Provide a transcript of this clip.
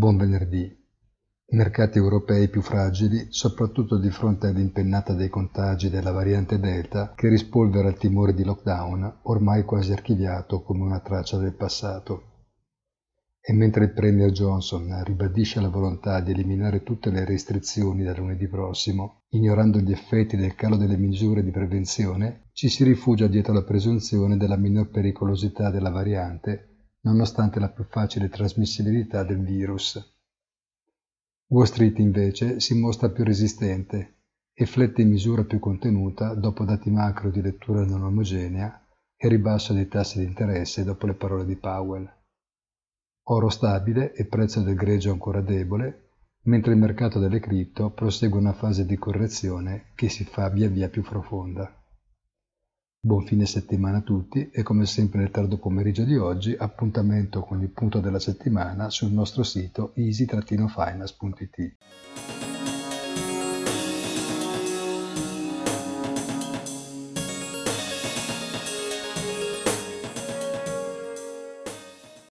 Buon venerdì. Mercati europei più fragili, soprattutto di fronte all'impennata dei contagi della variante Delta che rispolvera il timore di lockdown, ormai quasi archiviato come una traccia del passato. E mentre il Premier Johnson ribadisce la volontà di eliminare tutte le restrizioni da lunedì prossimo, ignorando gli effetti del calo delle misure di prevenzione, ci si rifugia dietro la presunzione della minor pericolosità della variante, nonostante la più facile trasmissibilità del virus. Wall Street invece si mostra più resistente e flette in misura più contenuta dopo dati macro di lettura non omogenea e ribasso dei tassi di interesse dopo le parole di Powell. Oro stabile e prezzo del greggio ancora debole, mentre il mercato delle cripto prosegue una fase di correzione che si fa via via più profonda. Buon fine settimana a tutti e come sempre nel tardo pomeriggio di oggi appuntamento con il punto della settimana sul nostro sito easy-finance.it.